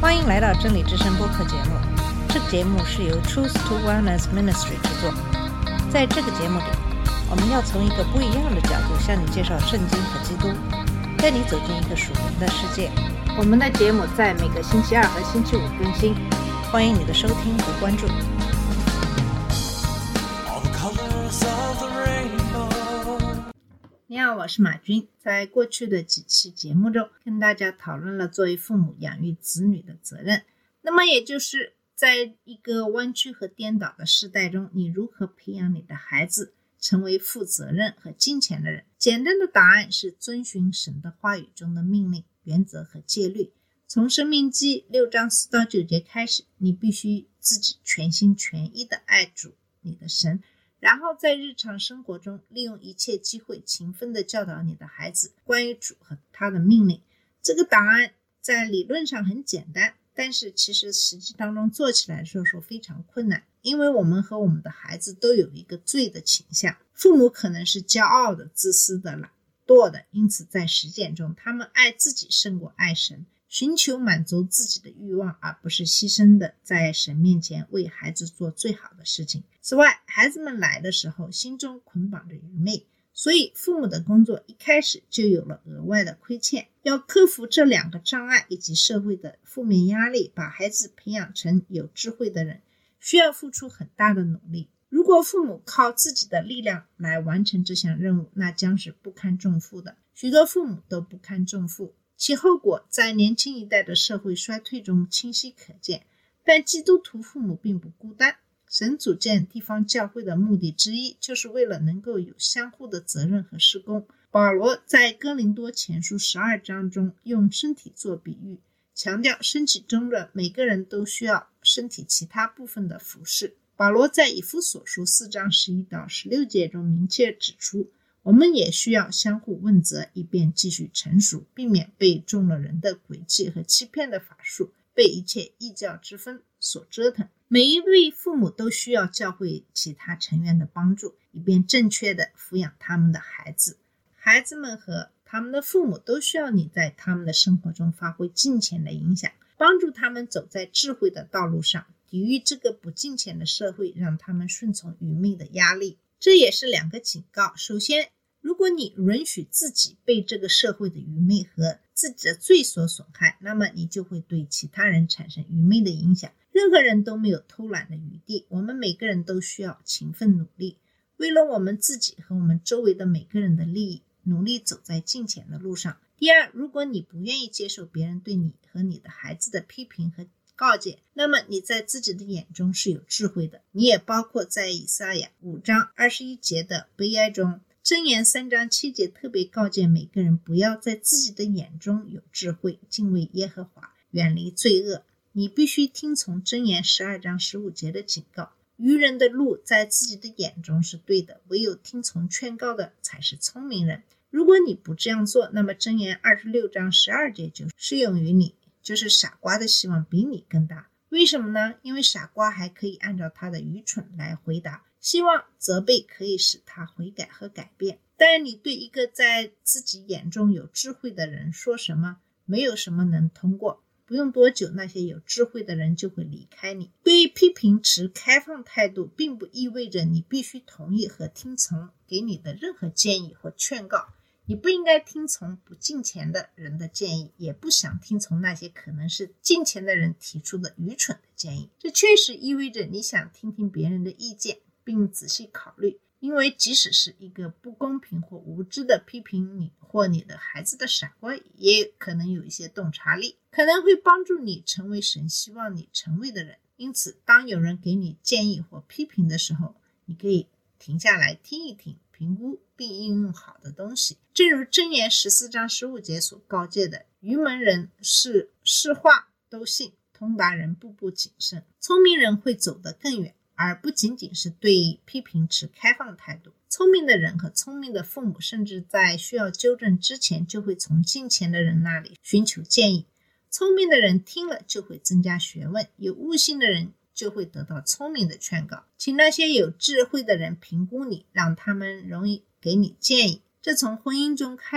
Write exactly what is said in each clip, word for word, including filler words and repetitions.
欢迎来到真理之声播客节目。这个节目是由 Truth to Wellness Ministry 制作。在这个节目里，我们要从一个不一样的角度向你介绍圣经和基督，带你走进一个属灵的世界。我们的节目在每个星期二和星期五更新，欢迎你的收听和关注。你好，我是马军。在过去的几期节目中，跟大家讨论了作为父母养育子女的责任。那么也就是在一个弯曲和颠倒的时代中，你如何培养你的孩子成为负责任和金钱的人？简单的答案是遵循神的话语中的命令、原则和戒律。从申命记六章四到九节开始，你必须自己全心全意的爱主你的神，然后在日常生活中利用一切机会勤奋地教导你的孩子关于主和他的命令。这个答案在理论上很简单，但是其实实际当中做起来的时候说非常困难，因为我们和我们的孩子都有一个罪的倾向。父母可能是骄傲的、自私的、懒惰的，因此在实践中他们爱自己胜过爱神，寻求满足自己的欲望，而不是牺牲的在神面前为孩子做最好的事情。此外，孩子们来的时候心中捆绑着愚昧，所以父母的工作一开始就有了额外的亏欠。要克服这两个障碍以及社会的负面压力，把孩子培养成有智慧的人，需要付出很大的努力。如果父母靠自己的力量来完成这项任务，那将是不堪重负的。许多父母都不堪重负，其后果在年轻一代的社会衰退中清晰可见。但基督徒父母并不孤单，神组建地方教会的目的之一，就是为了能够有相互的责任和事工。保罗在哥林多前书十二章中用身体做比喻，强调身体中的每个人都需要身体其他部分的服侍。保罗在以弗所书四章十一到十六节中明确指出，我们也需要相互问责，以便继续成熟，避免被中了人的诡计和欺骗的法术，被一切异教之分所折腾。每一位父母都需要教会其他成员的帮助，以便正确地抚养他们的孩子。孩子们和他们的父母都需要你在他们的生活中发挥金钱的影响，帮助他们走在智慧的道路上，抵御这个不金钱的社会让他们顺从愚昧的压力。这也是两个警告。首先，如果你允许自己被这个社会的愚昧和自己的罪所损害，那么你就会对其他人产生愚昧的影响。任何人都没有偷懒的余地，我们每个人都需要勤奋努力，为了我们自己和我们周围的每个人的利益，努力走在敬虔的路上。第二，如果你不愿意接受别人对你和你的孩子的批评和告诫，那么你在自己的眼中是有智慧的。你也包括在以赛亚五章二十一节的悲哀中。箴言三章七节特别告诫每个人不要在自己的眼中有智慧，敬畏耶和华，远离罪恶。你必须听从箴言十二章十五节的警告，愚人的路在自己的眼中是对的，唯有听从劝告的才是聪明人。如果你不这样做，那么箴言二十六章十二节就适用于你，就是傻瓜的希望比你更大。为什么呢？因为傻瓜还可以按照他的愚蠢来回答，希望责备可以使他悔改和改变。但你对一个在自己眼中有智慧的人说什么，没有什么能通过。不用多久，那些有智慧的人就会离开你。对于批评持开放态度，并不意味着你必须同意和听从给你的任何建议或劝告。你不应该听从不敬虔的人的建议，也不想听从那些可能是敬虔的人提出的愚蠢的建议。这确实意味着你想听听别人的意见，并仔细考虑，因为即使是一个不公平或无知的批评你或你的孩子的傻瓜，也可能有一些洞察力，可能会帮助你成为神希望你成为的人。因此，当有人给你建议或批评的时候，你可以停下来听一听，评估并应用好的东西。正如箴言十四章十五节所告诫的，愚蒙人是是话都信，通达人步步谨慎。聪明人会走得更远，而不仅仅是对批评持开放态度。聪明的人和聪明的父母，甚至在需要纠正之前，就会从敬虔的人那里寻求建议。聪明的人听了就会增加学问，有悟性的人就会得到聪明的劝告。请那些有智慧的人评估你，让他们容易给你建议。这从婚姻中开始，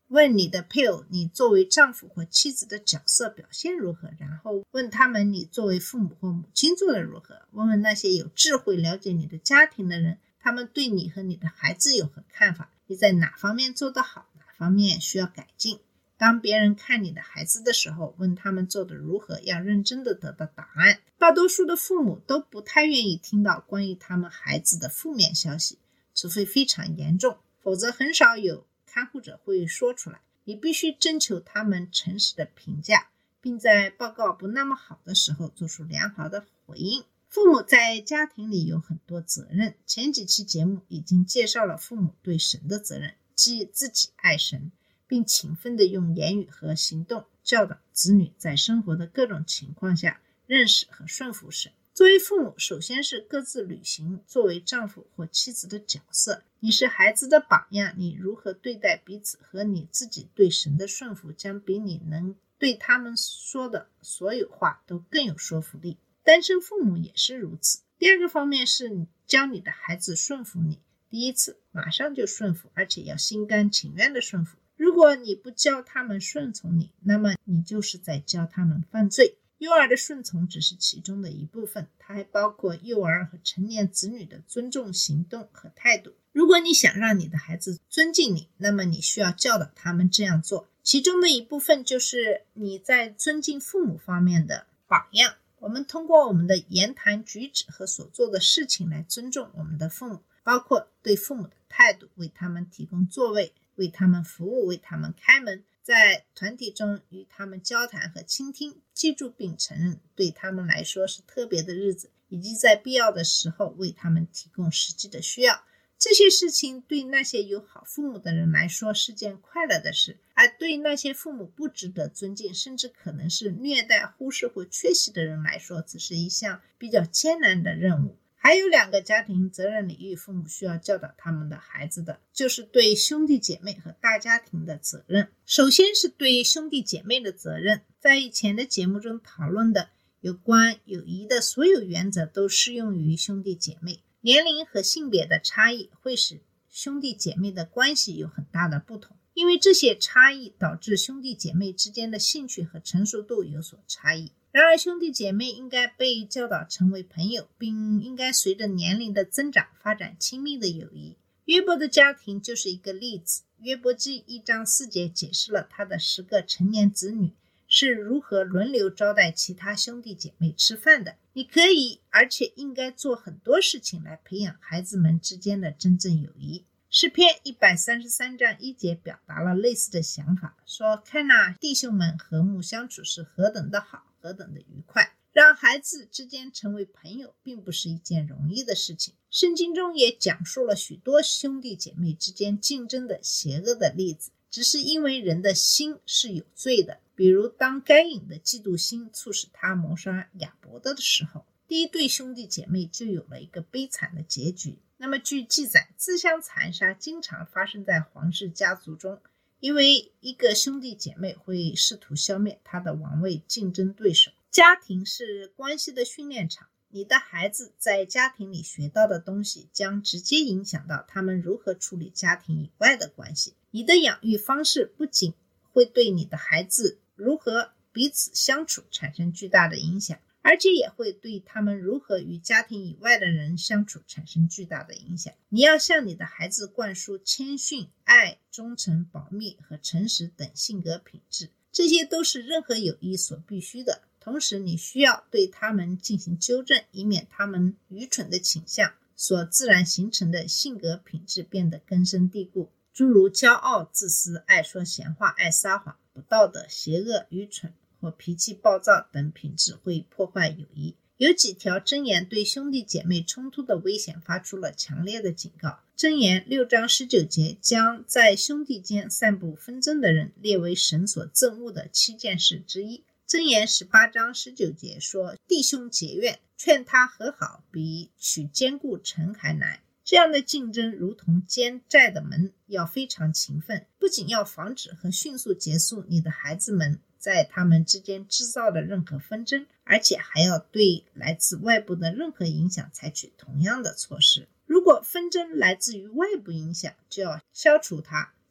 问你的配偶你作为丈夫或妻子的角色表现如何，然后问他们你作为父母或母亲做得如何。问问那些有智慧了解你的家庭的人，他们对你和你的孩子有何看法，你在哪方面做得好，哪方面需要改进。当别人看你的孩子的时候，问他们做得如何，要认真地得到答案。大多数的父母都不太愿意听到关于他们孩子的负面消息，除非非常严重，否则很少有看护者会说出来。你必须征求他们诚实的评价，并在报告不那么好的时候做出良好的回应。父母在家庭里有很多责任，前几期节目已经介绍了父母对神的责任，即自己爱神，并勤奋地用言语和行动教导子女在生活的各种情况下认识和顺服神。作为父母，首先是各自履行作为丈夫或妻子的角色。你是孩子的榜样，你如何对待彼此和你自己对神的顺服，将比你能对他们说的所有话都更有说服力。单身父母也是如此。第二个方面是你教你的孩子顺服你，第一次马上就顺服，而且要心甘情愿的顺服。如果你不教他们顺从你，那么你就是在教他们犯罪。幼儿的顺从只是其中的一部分，它还包括幼儿和成年子女的尊重行动和态度。如果你想让你的孩子尊敬你，那么你需要教导他们这样做，其中的一部分就是你在尊敬父母方面的榜样。我们通过我们的言谈举止和所做的事情来尊重我们的父母，包括对父母的态度，为他们提供座位，为他们服务，为他们开门，在团体中与他们交谈和倾听，记住并承认对他们来说是特别的日子，以及在必要的时候为他们提供实际的需要。这些事情对那些有好父母的人来说是件快乐的事，而对那些父母不值得尊敬，甚至可能是虐待、忽视或缺席的人来说，只是一项比较艰难的任务。还有两个家庭责任领域，父母需要教导他们的孩子的，就是对兄弟姐妹和大家庭的责任。首先是对兄弟姐妹的责任，在以前的节目中讨论的有关友谊的所有原则都适用于兄弟姐妹。年龄和性别的差异会使兄弟姐妹的关系有很大的不同，因为这些差异导致兄弟姐妹之间的兴趣和成熟度有所差异。然而兄弟姐妹应该被教导成为朋友，并应该随着年龄的增长发展亲密的友谊。约伯的家庭就是一个例子。约伯记一章四节解释了他的十个成年子女是如何轮流招待其他兄弟姐妹吃饭的。你可以而且应该做很多事情来培养孩子们之间的真正友谊。诗篇一百三十三章一节表达了类似的想法，说看哪，弟兄们和睦相处是何等的好，何等的愉快。让孩子之间成为朋友并不是一件容易的事情。圣经中也讲述了许多兄弟姐妹之间竞争的邪恶的例子，只是因为人的心是有罪的。比如当该隐的嫉妒心促使他谋杀亚伯的时候，第一对兄弟姐妹就有了一个悲惨的结局。那么据记载，自相残杀经常发生在皇室家族中，因为一个兄弟姐妹会试图消灭他的王位竞争对手。家庭是关系的训练场，你的孩子在家庭里学到的东西将直接影响到他们如何处理家庭以外的关系。你的养育方式不仅会对你的孩子如何彼此相处产生巨大的影响，而且也会对他们如何与家庭以外的人相处产生巨大的影响。你要向你的孩子灌输谦逊、爱、忠诚、保密和诚实等性格品质，这些都是任何友谊所必须的。同时你需要对他们进行纠正，以免他们愚蠢的倾向所自然形成的性格品质变得根深蒂固，诸如骄傲、自私、爱说闲话、爱撒谎、不道德、邪恶、愚蠢或脾气暴躁等品质会破坏友谊。有几条箴言对兄弟姐妹冲突的危险发出了强烈的警告。箴言六章十九节将在兄弟间散布纷争的人列为神所憎恶的七件事之一。箴言十八章十九节说，弟兄结怨，劝他和好，比取坚固城还难。这样的竞争如同监寨的门，要非常勤奋，不仅要防止和迅速结束你的孩子们在他们之间制造的任何纷争，而且还要对来自外部的任何影响采取同样的措施。如果纷争来自于外部影响，就要消除它。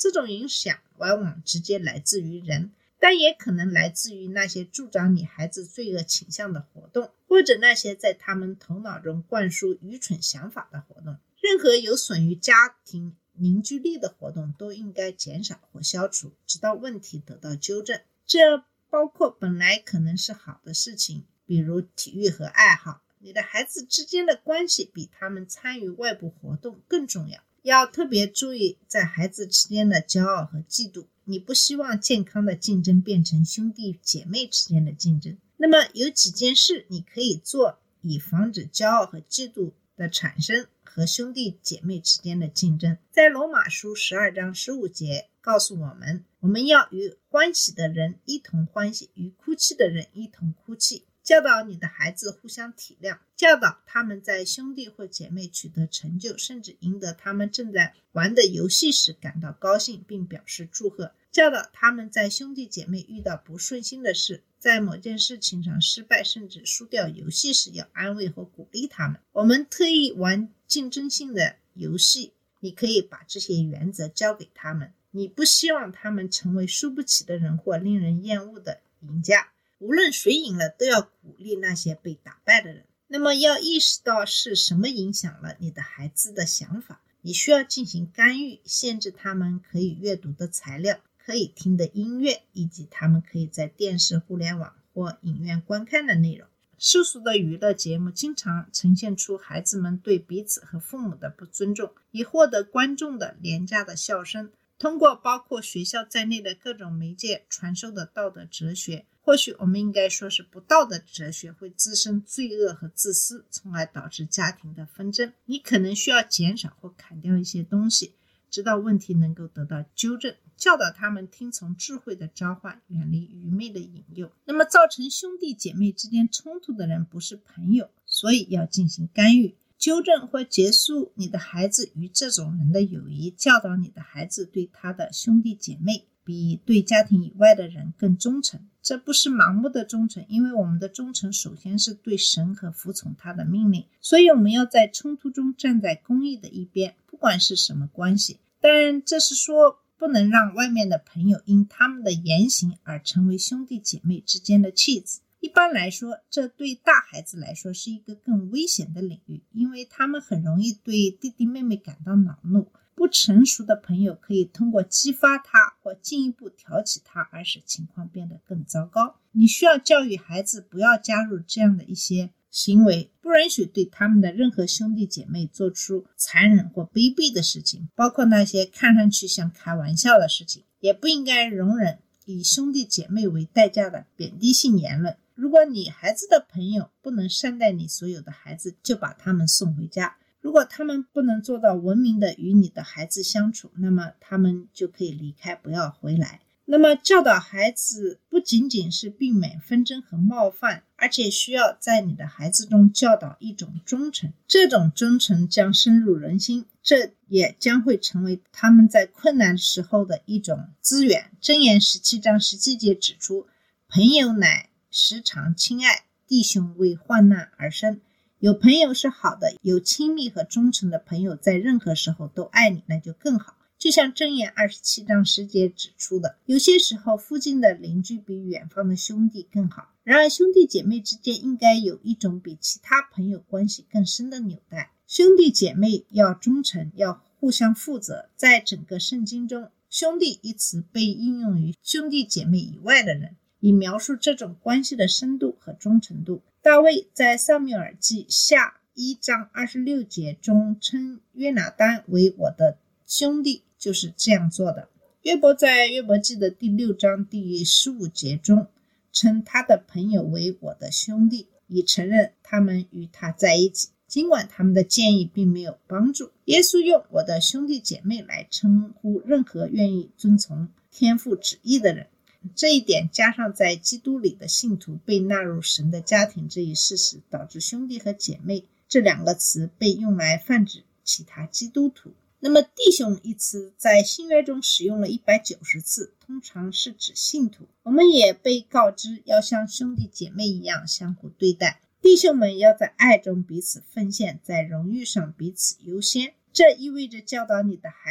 这种影响往往直接来自于人，但也可能来自于那些助长你孩子罪恶倾向的活动，或者那些在他们头脑中灌输愚蠢想法的活动。任何有损于家庭凝聚力的活动都应该减少或消除，直到问题得到纠正。这包括本来可能是好的事情，比如体育和爱好。你的孩子之间的关系比他们参与外部活动更重要。要特别注意在孩子之间的骄傲和嫉妒。你不希望健康的竞争变成兄弟姐妹之间的竞争。那么有几件事你可以做，以防止骄傲和嫉妒的产生和兄弟姐妹之间的竞争。在罗马书十二章十五节告诉我们，我们要与欢喜的人一同欢喜，与哭泣的人一同哭泣。教导你的孩子互相体谅，教导他们在兄弟或姐妹取得成就，甚至赢得他们正在玩的游戏时感到高兴并表示祝贺。教导他们在兄弟姐妹遇到不顺心的事，在某件事情上失败甚至输掉游戏时，要安慰和鼓励他们。我们特意玩竞争性的游戏，你可以把这些原则教给他们。你不希望他们成为输不起的人或令人厌恶的赢家。无论谁赢了，都要鼓励那些被打败的人。那么要意识到是什么影响了你的孩子的想法，你需要进行干预，限制他们可以阅读的材料，可以听的音乐，以及他们可以在电视、互联网或影院观看的内容。世俗的娱乐节目经常呈现出孩子们对彼此和父母的不尊重，以获得观众的廉价的笑声。通过包括学校在内的各种媒介传授的道德哲学，或许我们应该说是不道德哲学，会滋生罪恶和自私，从而导致家庭的纷争。你可能需要减少或砍掉一些东西，直到问题能够得到纠正。教导他们听从智慧的召唤，远离愚昧的引诱。那么造成兄弟姐妹之间冲突的人不是朋友，所以要进行干预，纠正或结束你的孩子与这种人的友谊。教导你的孩子对他的兄弟姐妹比对家庭以外的人更忠诚。这不是盲目的忠诚，因为我们的忠诚首先是对神和服从他的命令，所以我们要在冲突中站在公义的一边，不管是什么关系。但这是说不能让外面的朋友因他们的言行而成为兄弟姐妹之间的弃子。一般来说，这对大孩子来说是一个更危险的领域，因为他们很容易对弟弟妹妹感到恼怒。不成熟的朋友可以通过激发他或进一步挑起他而使情况变得更糟糕。你需要教育孩子不要加入这样的一些行为，不允许对他们的任何兄弟姐妹做出残忍或卑鄙的事情，包括那些看上去像开玩笑的事情。也不应该容忍以兄弟姐妹为代价的贬低性言论。如果你孩子的朋友不能善待你所有的孩子，就把他们送回家。如果他们不能做到文明的与你的孩子相处，那么他们就可以离开，不要回来。那么教导孩子不仅仅是避免纷争和冒犯，而且需要在你的孩子中教导一种忠诚。这种忠诚将深入人心，这也将会成为他们在困难时候的一种资源。箴言十七章十七节指出，朋友乃时常亲爱，弟兄为患难而生。有朋友是好的，有亲密和忠诚的朋友在任何时候都爱你，那就更好。就像箴言二十七章十节指出的，有些时候附近的邻居比远方的兄弟更好。然而兄弟姐妹之间应该有一种比其他朋友关系更深的纽带。兄弟姐妹要忠诚，要互相负责。在整个圣经中，兄弟一词被应用于兄弟姐妹以外的人，以描述这种关系的深度和忠诚度。大卫在撒母耳记下一章二十六节中称约拿单为我的兄弟，就是这样做的。约伯在约伯记的第六章第十五节中称他的朋友为我的兄弟，以承认他们与他在一起，尽管他们的建议并没有帮助。耶稣用我的兄弟姐妹来称呼任何愿意遵从天父旨意的人。这一点加上在基督里的信徒被纳入神的家庭这一事实，导致兄弟和姐妹这两个词被用来泛指其他基督徒。那么弟兄一词在新约中使用了一百九十次，通常是指信徒。我们也被告知要像兄弟姐妹一样相互对待，弟兄们要在爱中彼此奉献，在荣誉上彼此优先。这意味着教导你的孩子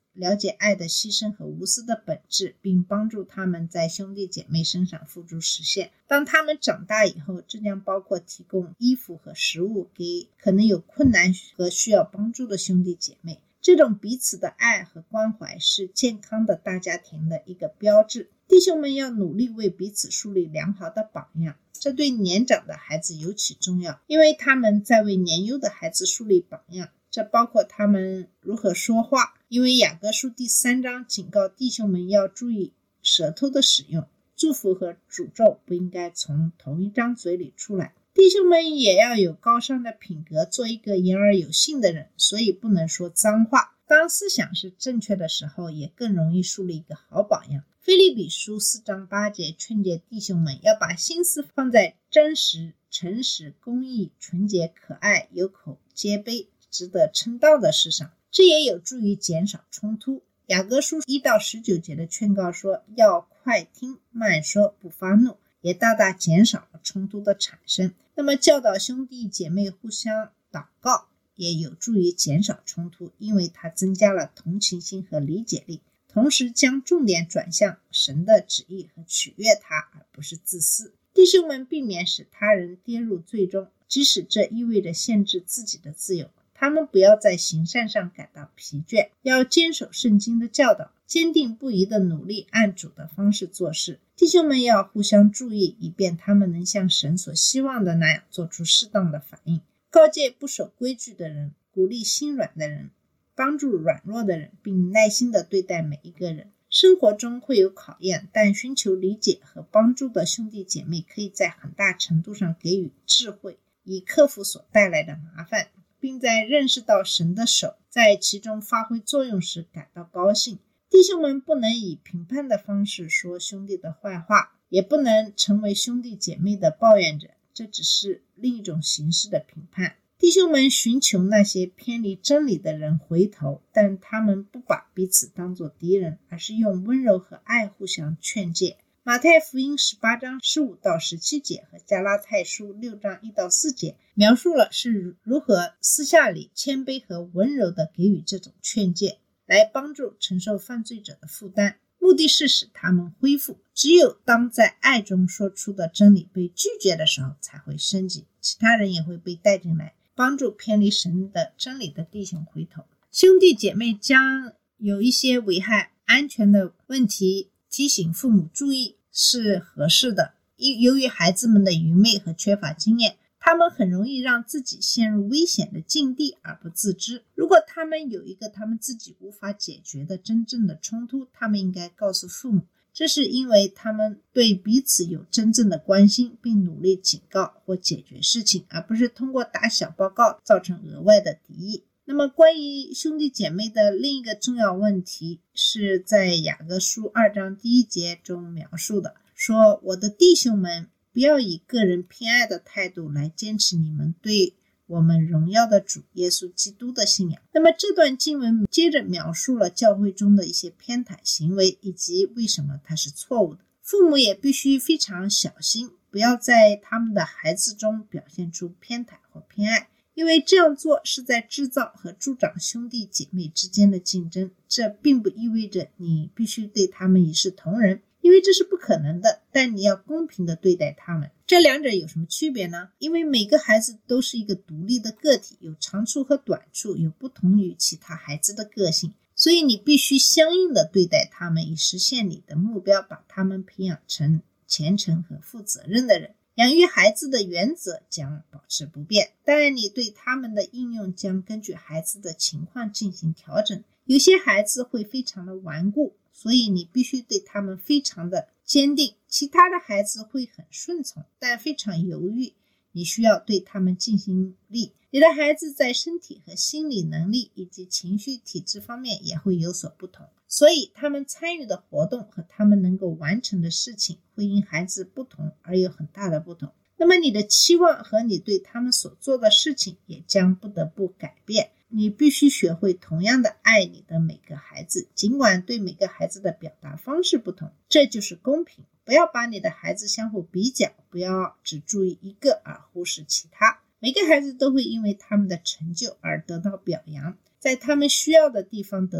了解爱的牺牲和无私的本质，并帮助他们在兄弟姐妹身上付诸实现。当他们长大以后，这将包括提供衣服和食物给可能有困难和需要帮助的兄弟姐妹。这种彼此的爱和关怀是健康的大家庭的一个标志。弟兄们要努力为彼此树立良好的榜样，这对年长的孩子尤其重要，因为他们在为年幼的孩子树立榜样。这包括他们如何说话，因为雅各书第三章警告弟兄们要注意舌头的使用，祝福和诅咒不应该从同一张嘴里出来。弟兄们也要有高尚的品格，做一个言而有信的人，所以不能说脏话。当思想是正确的时候，也更容易树立一个好榜样。腓立比书四章八节劝诫弟兄们要把心思放在真实、诚实、公义、纯洁、可爱、有口皆碑、值得称道的事上，这也有助于减少冲突。雅各书一到十九节的劝告说，要快听慢说，不发怒，也大大减少了冲突的产生。那么教导兄弟姐妹互相祷告，也有助于减少冲突，因为它增加了同情心和理解力，同时将重点转向神的旨意和取悦他，而不是自私。弟兄们避免使他人跌入罪中，即使这意味着限制自己的自由。他们不要在行善上感到疲倦，要坚守圣经的教导，坚定不移地努力按主的方式做事。弟兄们要互相注意，以便他们能像神所希望的那样做出适当的反应。告诫不守规矩的人，鼓励心软的人，帮助软弱的人，并耐心地对待每一个人。生活中会有考验，但寻求理解和帮助的兄弟姐妹可以在很大程度上给予智慧，以克服所带来的麻烦，并在认识到神的手在其中发挥作用时感到高兴。弟兄们不能以评判的方式说兄弟的坏话，也不能成为兄弟姐妹的抱怨者，这只是另一种形式的评判。弟兄们寻求那些偏离真理的人回头，但他们不把彼此当作敌人，而是用温柔和爱互相劝诫。马太福音十八章十五到十七节和加拉太书六章一到四节描述了是如何私下里谦卑和温柔地给予这种劝诫，来帮助承受犯罪者的负担，目的是使他们恢复。只有当在爱中说出的真理被拒绝的时候，才会升级，其他人也会被带进来，帮助偏离神的真理的弟兄回头。兄弟姐妹将有一些危害安全的问题提醒父母注意是合适的。由于孩子们的愚昧和缺乏经验，他们很容易让自己陷入危险的境地而不自知。如果他们有一个他们自己无法解决的真正的冲突，他们应该告诉父母，这是因为他们对彼此有真正的关心，并努力警告或解决事情，而不是通过打小报告造成额外的敌意。那么关于兄弟姐妹的另一个重要问题是在雅各书二章第一节中描述的，说我的弟兄们，不要以个人偏爱的态度来坚持你们对我们荣耀的主耶稣基督的信仰。那么这段经文接着描述了教会中的一些偏袒行为，以及为什么它是错误的。父母也必须非常小心，不要在他们的孩子中表现出偏袒或偏爱，因为这样做是在制造和助长兄弟姐妹之间的竞争。这并不意味着你必须对他们一视同仁，因为这是不可能的，但你要公平地对待他们。这两者有什么区别呢？因为每个孩子都是一个独立的个体，有长处和短处，有不同于其他孩子的个性，所以你必须相应地对待他们，以实现你的目标，把他们培养成虔诚和负责任的人。养育孩子的原则将保持不变，当然你对他们的应用将根据孩子的情况进行调整。有些孩子会非常的顽固，所以你必须对他们非常的坚定。其他的孩子会很顺从，但非常犹豫，你需要对他们进行力。你的孩子在身体和心理能力以及情绪体质方面也会有所不同，所以他们参与的活动和他们能够完成的事情会因孩子不同而有很大的不同。那么你的期望和你对他们所做的事情也将不得不改变。你必须学会同样的爱你的每个孩子，尽管对每个孩子的表达方式不同，这就是公平。不要把你的孩子相互比较，不要只注意一个而忽视其他。每个孩子都会因为他们的成就而得到表扬，在他们需要的地方得到鼓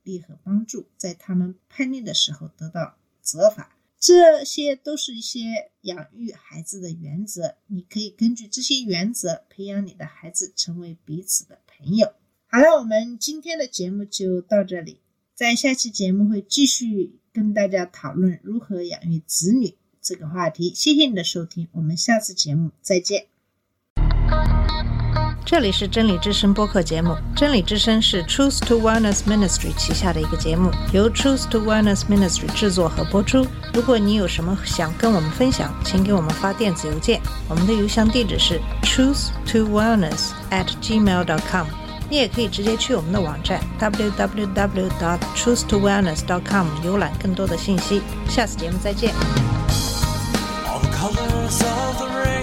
励和帮助，在他们叛逆的时候得到责罚。这些都是一些养育孩子的原则，你可以根据这些原则培养你的孩子成为彼此的朋友。好了，我们今天的节目就到这里，在下期节目会继续跟大家讨论如何养育子女这个话题。谢谢你的收听，我们下次节目再见。 这里是真理之声播客节目，真理之声是 Truth to Wellness Ministry 旗下的一个节目，由 Truth to Wellness Ministry 制作和播出。如果你有什么想跟我们分享，请给我们发电子邮件，我们的邮箱地址是 truth to wellness at gmail dot com。 你也可以直接去我们的网站 double-u double-u double-u dot truth to wellness dot com 浏览更多的信息。下次节目再见。All the colors of the rain